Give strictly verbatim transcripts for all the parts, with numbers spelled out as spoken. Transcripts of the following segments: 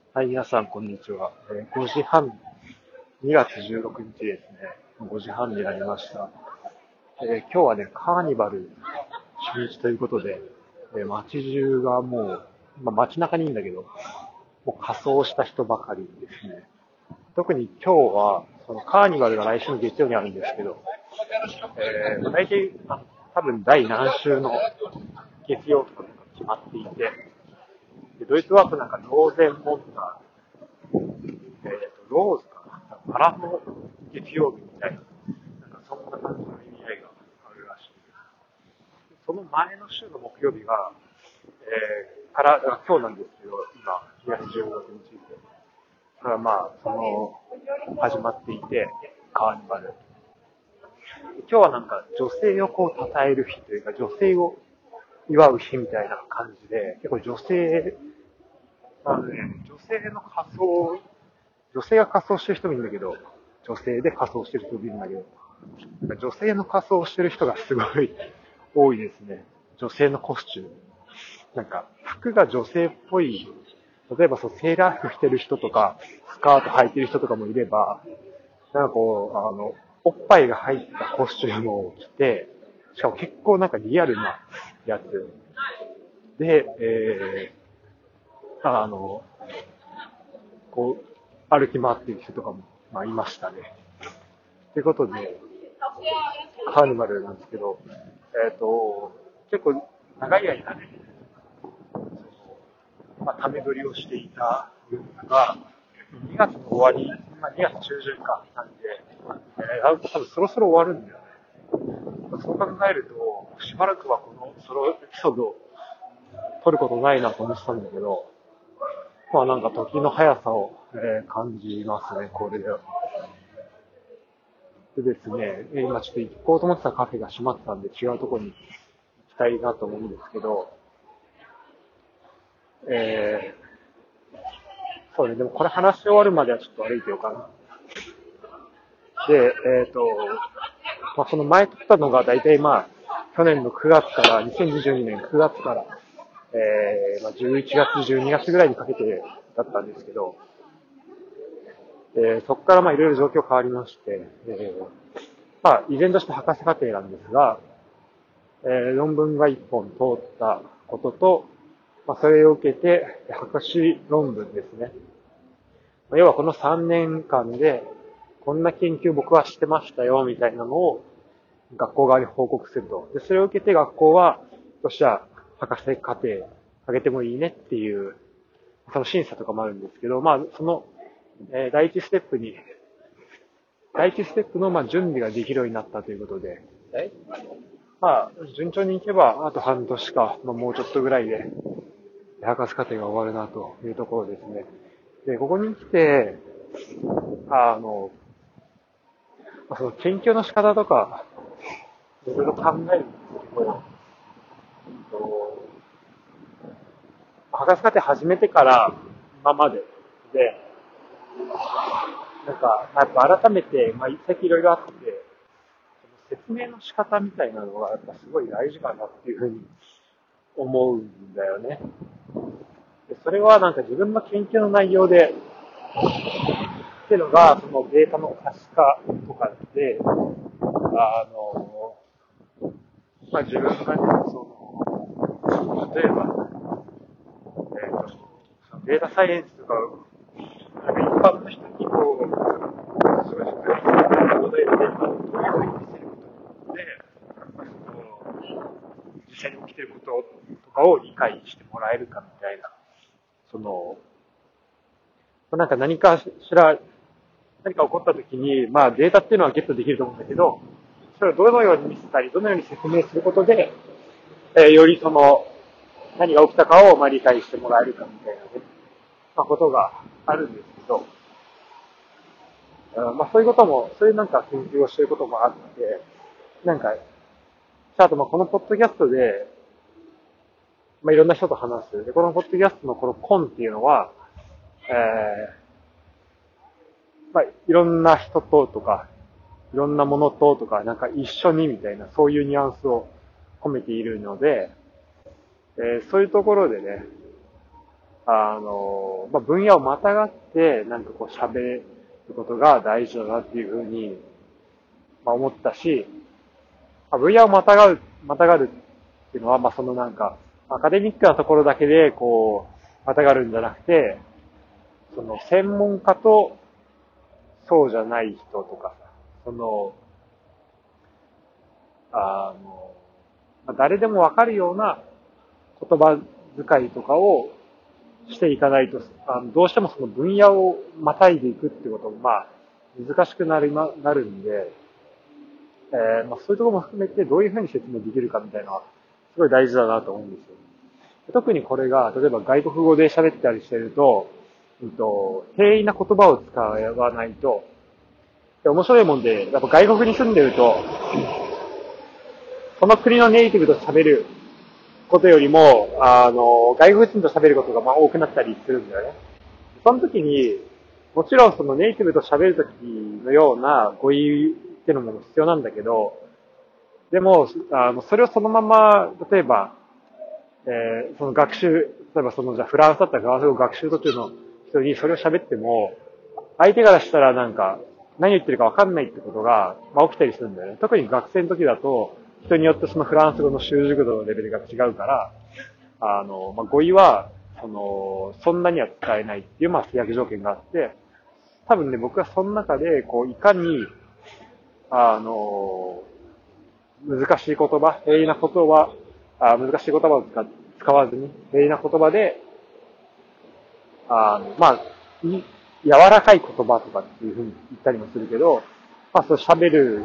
はい、皆さん、こんにちは。えーごじはん、にがつじゅうろくにちですね。ごじはんになりました。えー今日はね、カーニバル初日ということで、えー街中がもう、まあ、街中にいいんだけど、もう仮装した人ばかりですね。特に今日は、そのカーニバルが来週の月曜にあるんですけど、えー、大体、あ多分第何週の月曜とかが決まっていて、でドイツワープなんかローゼンモンター、えーと、ローズかなバラの月曜日みたいな、なんかそんな感じの意味合いがあるらしい。その前の週の木曜日が、えー、から、今日なんですけど、今、にがつじゅうろくにちで。それはまあ、その、始まっていて、カーニバル。今日はなんか女性をこう称える日というか、女性を祝う日みたいな感じで、結構女性、あのね、女性の仮装、女性が仮装してる人もいるんだけど、女性で仮装してる人もいるんだけど、女性の仮装してる人がすごい多いですね。女性のコスチューム。なんか、服が女性っぽい、例えばそうセーラー服着てる人とか、スカート履いてる人とかもいれば、なんかこう、あの、おっぱいが入ったコスチュームを着て、しかも結構なんかリアルなやつで、えー、あの、こう、歩き回っている人とかも、まあ、いましたね。ということで、カーニバルなんですけど、えっ、と、結構長い間ね、まあ、ため撮りをしていたのが、にがつの終わり、まあ、にがつ中旬か、なんで、えー、多分そろそろ終わるんだよね。そう考えると、しばらくはこのソロエピソードを撮ることないなと思ってたんだけど、まあなんか時の速さを、えー感じますね、これでは。でですね、今ちょっと行こうと思ってたカフェが閉まってたんで違うところに行きたいなと思うんですけど、えー、そうね、でもこれ話し終わるまではちょっと歩いてようかな。で、えっ、と、まあ、その前撮ったのが大体まあ、去年のくがつから、にせんにじゅうにねんくがつから、えー、まあ、じゅういちがつ、じゅうにがつぐらいにかけてだったんですけど、えー、そこからまあいろいろ状況変わりまして、えー、まあ、依然として博士課程なんですが、えー、論文がいっぽん通ったことと、まあ、それを受けて、博士論文ですね。要はこのさんねんかんで、こんな研究僕はしてましたよ、みたいなのを学校側に報告すると。で、それを受けて学校は、よっしゃ、博士課程上げてもいいねっていう、その審査とかもあるんですけど、まあ、その、えー、第一ステップに、第一ステップのまあ準備ができるようになったということで、まあ、順調にいけば、あと半年か、まあ、もうちょっとぐらいで、博士課程が終わるなというところですね。で、ここに来て、あの、その研究の仕方とか、いろいろ考えるんですけど、博士課程始めてから今までで、なんか、やっぱ改めて、まあ、最近いろいろあって、説明の仕方みたいなのがやっぱすごい大事かなっていうふうに思うんだよね。でそれはなんか自分の研究の内容で、っていうのが、そのデータの可視化とかで、あの、まあ、自分がね、その、例えば、えっ、と、そのデータサイエンスとか、なんか一般の人にこう、すごい複雑なモデルで、どういうふうに見せることで、まあ、その、実際に起きていることとかを理解してもらえるかみたいな、その、なんか何かしら、何か起こった時に、まあデータっていうのはゲットできると思うんだけど、それをどのように見せたり、どのように説明することで、えー、よりその、何が起きたかをまあ理解してもらえるかみたいなね、まあ、ことがあるんですけど、まあそういうことも、そういうなんか研究をしていることもあって、なんか、あとまあこのポッドキャストで、まあいろんな人と話す。で、このポッドキャストのこのコンっていうのは、えー、まあいろんな人ととか、いろんなものととか、なんか一緒にみたいな、そういうニュアンスを込めているので、えー、そういうところでね、 あの、まあ、分野をまたがって、なんかこう喋ることが大事だなっていうふうに、まあ、思ったし、まあ、分野をまたがる、またがるっていうのは、まあ、そのなんか、アカデミックなところだけで、こう、またがるんじゃなくて、その専門家と、そうじゃない人とかさ、その、あの、まあ、誰でもわかるような言葉遣いとかをしていかないと、あのどうしてもその分野をまたいでいくってことも、まあ、難しくなる、なるんで、えー、まあ、そういうところも含めてどういうふうに説明できるかみたいなのは、すごい大事だなと思うんですよ。特にこれが、例えば外国語で喋ったりしてると、うんと、平易な言葉を使わないと、面白いもんで、やっぱ外国に住んでると、その国のネイティブと喋ることよりも、あの、外国人と喋ることがまあ多くなったりするんだよね。その時に、もちろんそのネイティブと喋る時のような語彙っていうのも必要なんだけど、でも、あの、それをそのまま、例えば、えー、その学習、例えばその、じゃフランスだったらフランス語学習途中の人にそれを喋っても、相手からしたらなんか、何言ってるか分かんないってことが、まあ、起きたりするんだよね。特に学生の時だと、人によってそのフランス語の習熟度のレベルが違うから、あの、まあ、語彙は、その、そんなには使えないっていう、まあ、制約条件があって、多分ね、僕はその中で、こう、いかに、あの、難しい言葉、平易な言葉、あ難しい言葉を使使わずに、平易な言葉で、あの、まあ、柔らかい言葉とかっていうふうに言ったりもするけど、まあ、そう喋る、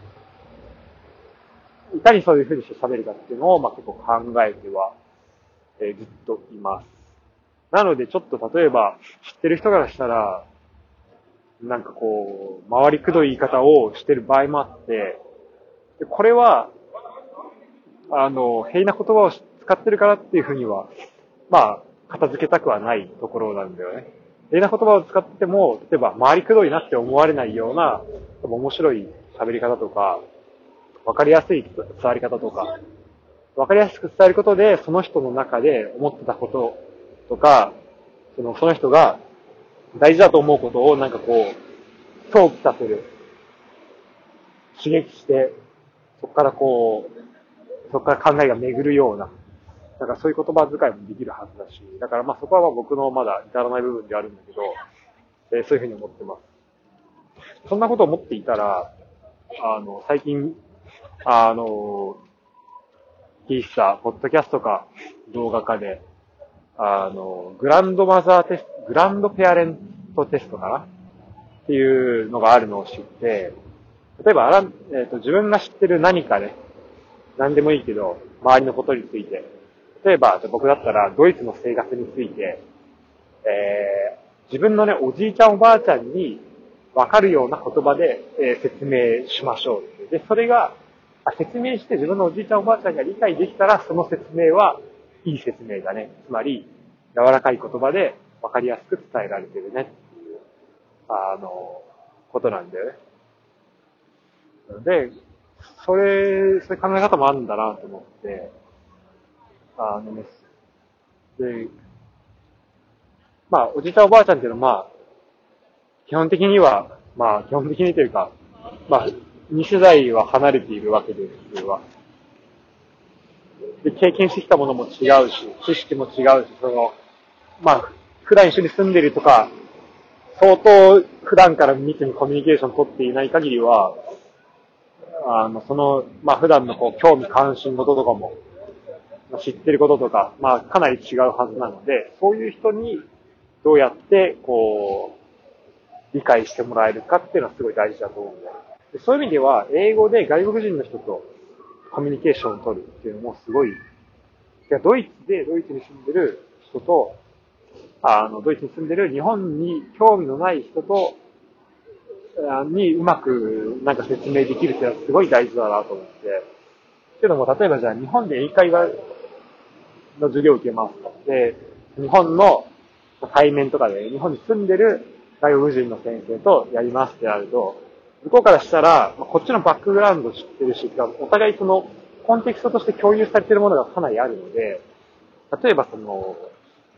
いかにそういうふうにして喋るかっていうのを、まあ、結構考えては、えー、ずっといます。なので、ちょっと例えば、知ってる人からしたら、なんかこう、回りくどい言い方をしてる場合もあって、でこれは、あの、平易な言葉を使ってるからっていうふうには、まあ、片付けたくはないところなんだよね。平易な言葉を使っても、例えば回りくどいなって思われないような、面白い喋り方とか、わかりやすい伝わり方とか、わかりやすく伝えることで、その人の中で思ってたこととか、その、その人が大事だと思うことをなんかこう、想起させる。刺激して、そこからこう、そこから考えが巡るような、だからそういう言葉遣いもできるはずだし、だからまあそこはまあ僕のまだ至らない部分であるんだけど、えー、そういうふうに思ってます。そんなことを思っていたら、あの、最近、あの、聞いた、ポッドキャストか動画かで、あの、グランドマザーテスト、グランドペアレントテストかなっていうのがあるのを知って、例えばあら、えっと、自分が知ってる何かね、何でもいいけど、周りのことについて。例えば、僕だったら、ドイツの生活について、えー、自分のね、おじいちゃんおばあちゃんに分かるような言葉で、えー、説明しましょう。で、それが、説明して自分のおじいちゃんおばあちゃんが理解できたら、その説明はいい説明だね。つまり、柔らかい言葉で分かりやすく伝えられてるねっていう、あの、ことなんだよね。で、それ、そういう考え方もあるんだなと思って、あのね、で、まあ、おじいちゃんおばあちゃんっていうのは、まあ、基本的には、まあ、基本的にというか、まあ、に世代は離れているわけです、普通は。で、経験してきたものも違うし、知識も違うし、その、まあ、普段一緒に住んでるとか、相当普段から密にコミュニケーション取っていない限りは、あの、その、まあ普段のこう、興味関心事とかも、知ってることとか、まあかなり違うはずなので、そういう人にどうやって、こう、理解してもらえるかっていうのはすごい大事だと思うんだよ。でそういう意味では、英語で外国人の人とコミュニケーションを取るっていうのもすごい、いやドイツでドイツに住んでる人と、あの、ドイツに住んでる日本に興味のない人と、にうまくなんか説明できるっていうのはすごい大事だなと思って。けども、例えばじゃあ日本で英会話の授業を受けますと。で、日本の対面とかで日本に住んでる外国人の先生とやりますってなると、向こうからしたら、こっちのバックグラウンドを知ってるし、お互いそのコンテキストとして共有されているものがかなりあるので、例えばその、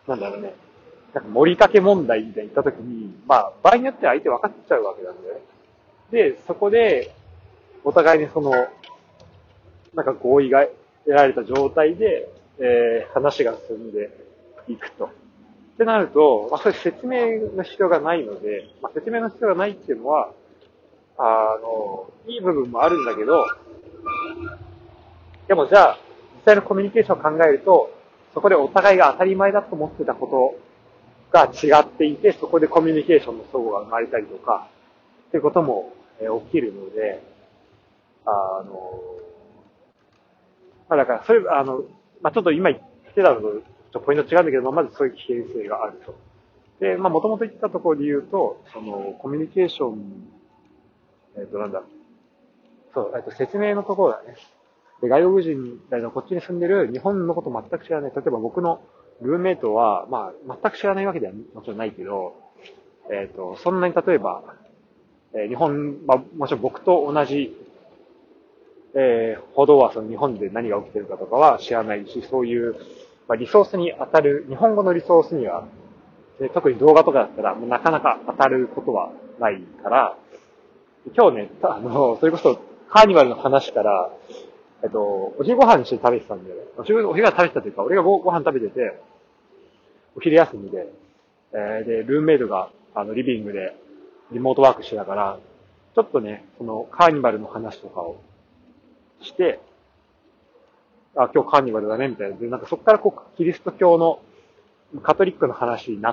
なんだろうね、なんか盛りかけ問題みたいに言ったときに、まあ、場合によっては相手分かっちゃうわけなんだよね。で、そこで、お互いにその、なんか合意が得られた状態で、えー、話が進んでいくと。ってなると、まあ、それ説明の必要がないので、まあ、説明の必要がないっていうのは、あの、いい部分もあるんだけど、でもじゃあ、実際のコミュニケーションを考えると、そこでお互いが当たり前だと思ってたことが違っていて、そこでコミュニケーションの齟齬が生まれたりとか、っていうことも、えー、起きるので、あの、まあだから、それ、あの、まあちょっと今言ってたのと、ちょっとポイント違うんだけど、まずそういう危険性があると。で、まあもともと言ったところで言うと、その、コミュニケーション、えっ、ー、と、なんだ、そう、えっ、ー、と、説明のところだね。で、外国人、こっちに住んでる日本のこと全く知らない。例えば僕のルーメイトは、まあ、全く知らないわけではもちろんないけど、えっ、ー、と、そんなに例えば、えー、日本、まあ、もちろん僕と同じ、えー、ほどはその日本で何が起きてるかとかは知らないし、そういう、まあ、リソースに当たる、日本語のリソースには、で特に動画とかだったら、もうなかなか当たることはないから、今日ね、あの、それこそカーニバルの話から、えっと、お昼ご飯にして食べてたんだよね。お昼、お昼が食べてたというか、俺がごご飯食べてて、お昼休みで、えー、で、ルームメイトが、あの、リビングでリモートワークしてたから、ちょっとね、その、カーニバルの話とかをして、あ、今日カーニバルだね、みたいな。で、なんかそこからこう、キリスト教の、カトリックの話になって、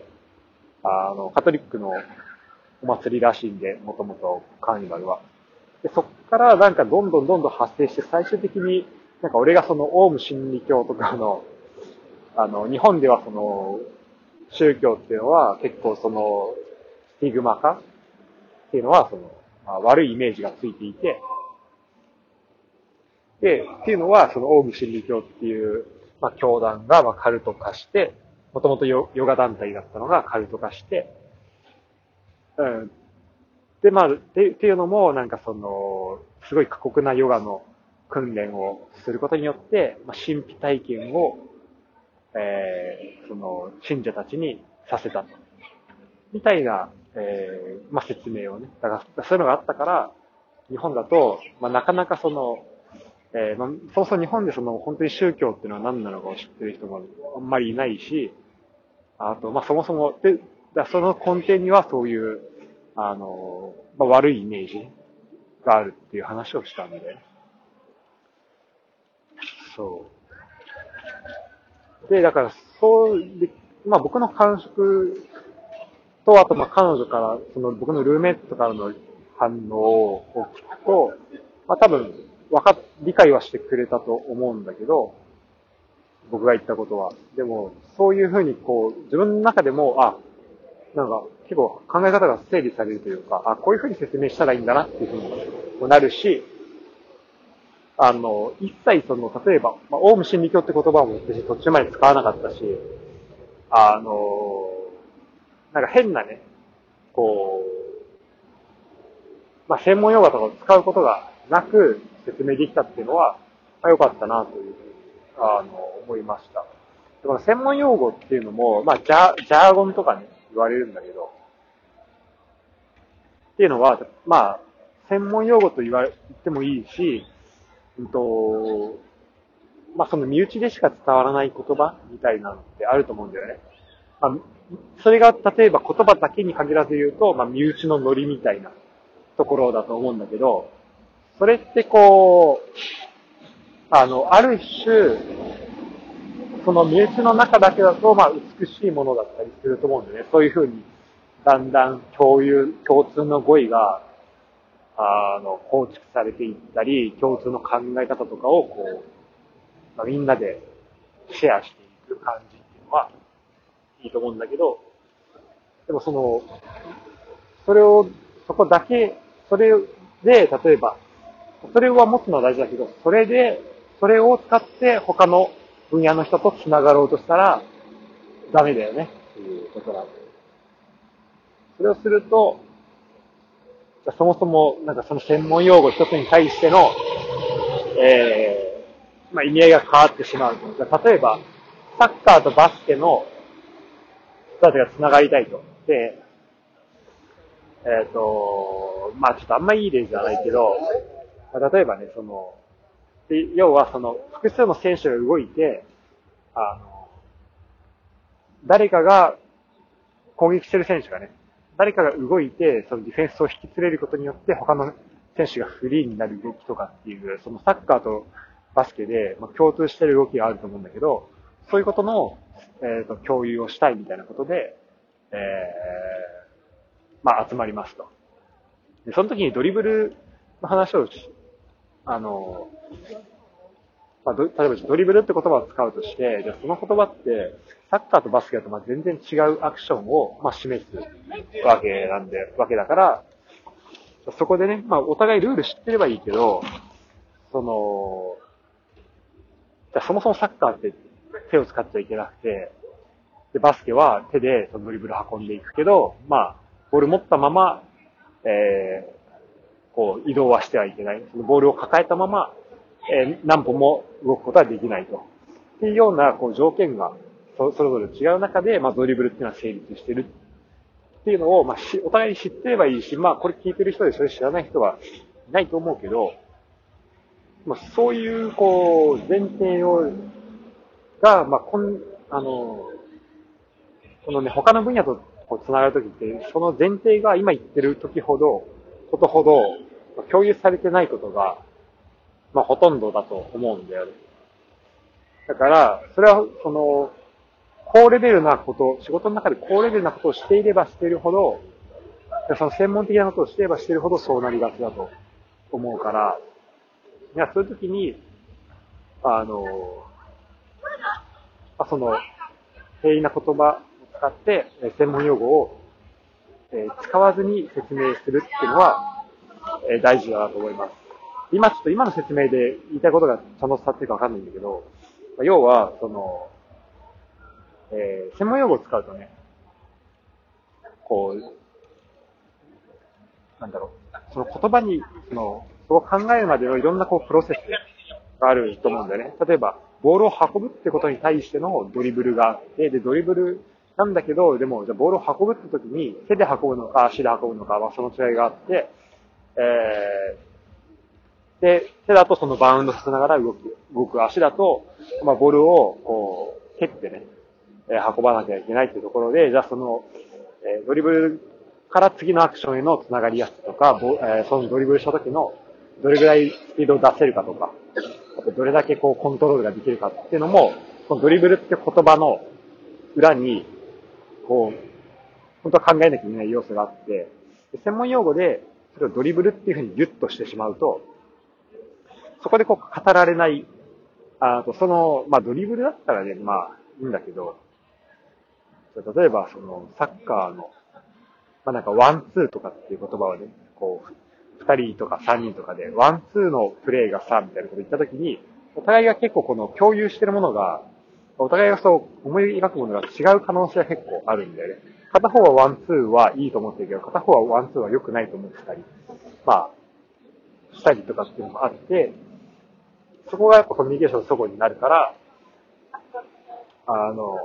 あの、カトリックのお祭りらしいんで、もともとカーニバルは。で、そっからなんかどんどんどんどん発生して、最終的になんか俺がそのオウム真理教とかの、あの、日本ではその、宗教っていうのは結構その、スティグマ化っていうのはその、まあ、悪いイメージがついていて、で、っていうのはそのオウム真理教っていう、まあ、教団がまあカルト化して、もともとヨガ団体だったのがカルト化して、うん。で、まあ、ってっていうのも、なんかその、すごい過酷なヨガの訓練をすることによって、まあ、神秘体験を、えー、その、信者たちにさせたと。みたいな、えー、まあ、説明をね。だから、そういうのがあったから、日本だと、まあ、なかなかその、えー、まあ、そもそも日本でその、本当に宗教っていうのは何なのかを知ってる人もあんまりいないし、あと、まあ、そもそも、で、だその根底にはそういう、あの、まあ、悪いイメージがあるっていう話をしたんで。そう。で、だから、そうで、まあ僕の感触と、あとまあ彼女から、その僕のルーメイトからの反応を聞くと、まあ多分、わかっ、理解はしてくれたと思うんだけど、僕が言ったことは。でも、そういうふうにこう、自分の中でも、あ、なんか、結構考え方が整理されるというか、あ、こういうふうに説明したらいいんだなっていうふうになるし、あの、一切その、例えば、まあ、オウム真理教って言葉も別に途中まで使わなかったし、あの、なんか変なね、こう、まあ、専門用語とかを使うことがなく説明できたっていうのは、まあ、良かったなというふうに、あの、思いました。でこの専門用語っていうのも、まあ、ジャ、ジャーゴンとかね、言われるんだけど、っていうのは、まあ、専門用語と言われ、言ってもいいし、うんと、まあ、その身内でしか伝わらない言葉みたいなのってあると思うんだよね。まあ、それが例えば言葉だけに限らず言うと、まあ、身内のノリみたいなところだと思うんだけど、それってこう、あの、ある種、その身内の中だけだと、まあ、美しいものだったりすると思うんだよね。そういうふうに、だんだん共有、共通の語彙が、あの、構築されていったり、共通の考え方とかを、こう、まあ、みんなでシェアしていく感じっていうのは、いいと思うんだけど、でもその、それを、そこだけ、それで、例えば、それは持つのは大事だけど、それで、それを使って他の分野の人と繋がろうとしたら、ダメだよね、っていうことなんで。それをすると、そもそも、なんかその専門用語一つに対しての、えー、まあ意味合いが変わってしまうと。例えば、サッカーとバスケのたちが繋がりたいと。で、えっ、ー、と、まあちょっとあんまいい例じゃないけど、例えばね、その、で要はその、複数の選手が動いて、あの、誰かが、攻撃してる選手がね、誰かが動いて、そのディフェンスを引き連れることによって、他の選手がフリーになる動きとかっていう、そのサッカーとバスケで、まあ、共通してる動きがあると思うんだけど、そういうことの、えっと、共有をしたいみたいなことで、えー、まあ集まりますと。で、その時にドリブルの話をし、あの、まあ、例えばドリブルって言葉を使うとして、じゃあその言葉って、サッカーとバスケだとまあ全然違うアクションをまあ示すわけなんで、わけだから、そこでね、まあお互いルール知ってればいいけど、その、じゃあそもそもサッカーって手を使っちゃいけなくて、で、バスケは手でそのドリブル運んでいくけど、まあ、ボール持ったまま、えー、こう移動はしてはいけない。そのボールを抱えたまま、えー、何歩も動くことはできないと。っていうような、こう条件がそ、それぞれ違う中で、まあドリブルっていうのは成立してるっていうのを、まあし、お互いに知ってればいいし、まあこれ聞いてる人でそれ知らない人はいないと思うけど、まあそういう、こう、前提を、が、まあこん、あの、このね、他の分野とこう繋がるときって、その前提が今言ってる時ほど、ことほど、共有されてないことが、まあほとんどだと思うんだよね。だから、それは、その、高レベルなこと、仕事の中で高レベルなことをしていればしているほど、その専門的なことをしていればしているほどそうなりがちだと思うから、いや、そういうときに、あの、その、平易な言葉を使って、専門用語を使わずに説明するっていうのは大事だなと思います。今ちょっと今の説明で言いたいことがちゃんと伝わってるかわかんないんだけど、要は、その、えー、専門用語を使うとね、こう、なんだろう、その言葉に、その、そこを考えるまでのいろんなこうプロセスがあると思うんだよね。例えば、ボールを運ぶってことに対してのドリブルがあって、で、ドリブルなんだけど、でも、じゃボールを運ぶって時に手で運ぶのか足で運ぶのかはその違いがあって、えー、で、手だとそのバウンドさせながら動く、動く足だと、まあ、ボールをこう、蹴ってね、運ばなきゃいけないっていうところで、じゃあその、ドリブルから次のアクションへのつながりやすさとか、そのドリブルした時のどれぐらいスピードを出せるかとか、あとどれだけこうコントロールができるかっていうのも、このドリブルって言葉の裏に、こう、本当は考えなきゃいけない要素があって、専門用語でそれをドリブルっていうふうにギュッとしてしまうと、そこでこう語られない、あとその、まあドリブルだったらね、まあいいんだけど、例えばそのサッカーの、まあなんかワンツーとかっていう言葉をね、こう、二人とか三人とかで、ワンツーのプレーがさ、みたいなことを言ったときに、お互いが結構この共有してるものが、お互いがそう思い描くものが違う可能性が結構あるんだよね。片方はワンツーはいいと思ってるけど、片方はワンツーは良くないと思ってたり、まあ、したりとかっていうのもあって、そこがやっぱコミュニケーションの底になるから、あの、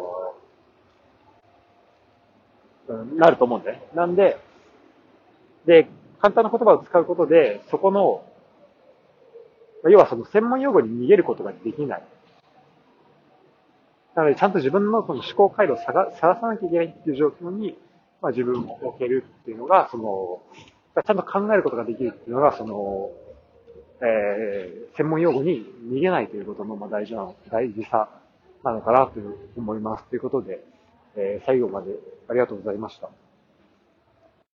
なると思うんだよね。なんで、で、簡単な言葉を使うことで、そこの、要はその専門用語に逃げることができない。なので、ちゃんと自分のその思考回路を探さなきゃいけないっていう状況に、まあ、自分を置けるっていうのが、その、ちゃんと考えることができるっていうのが、その、えー、専門用語に逃げないということの、まあ、大事な、大事さなのかなと思います。ということで、えー、最後までありがとうございました。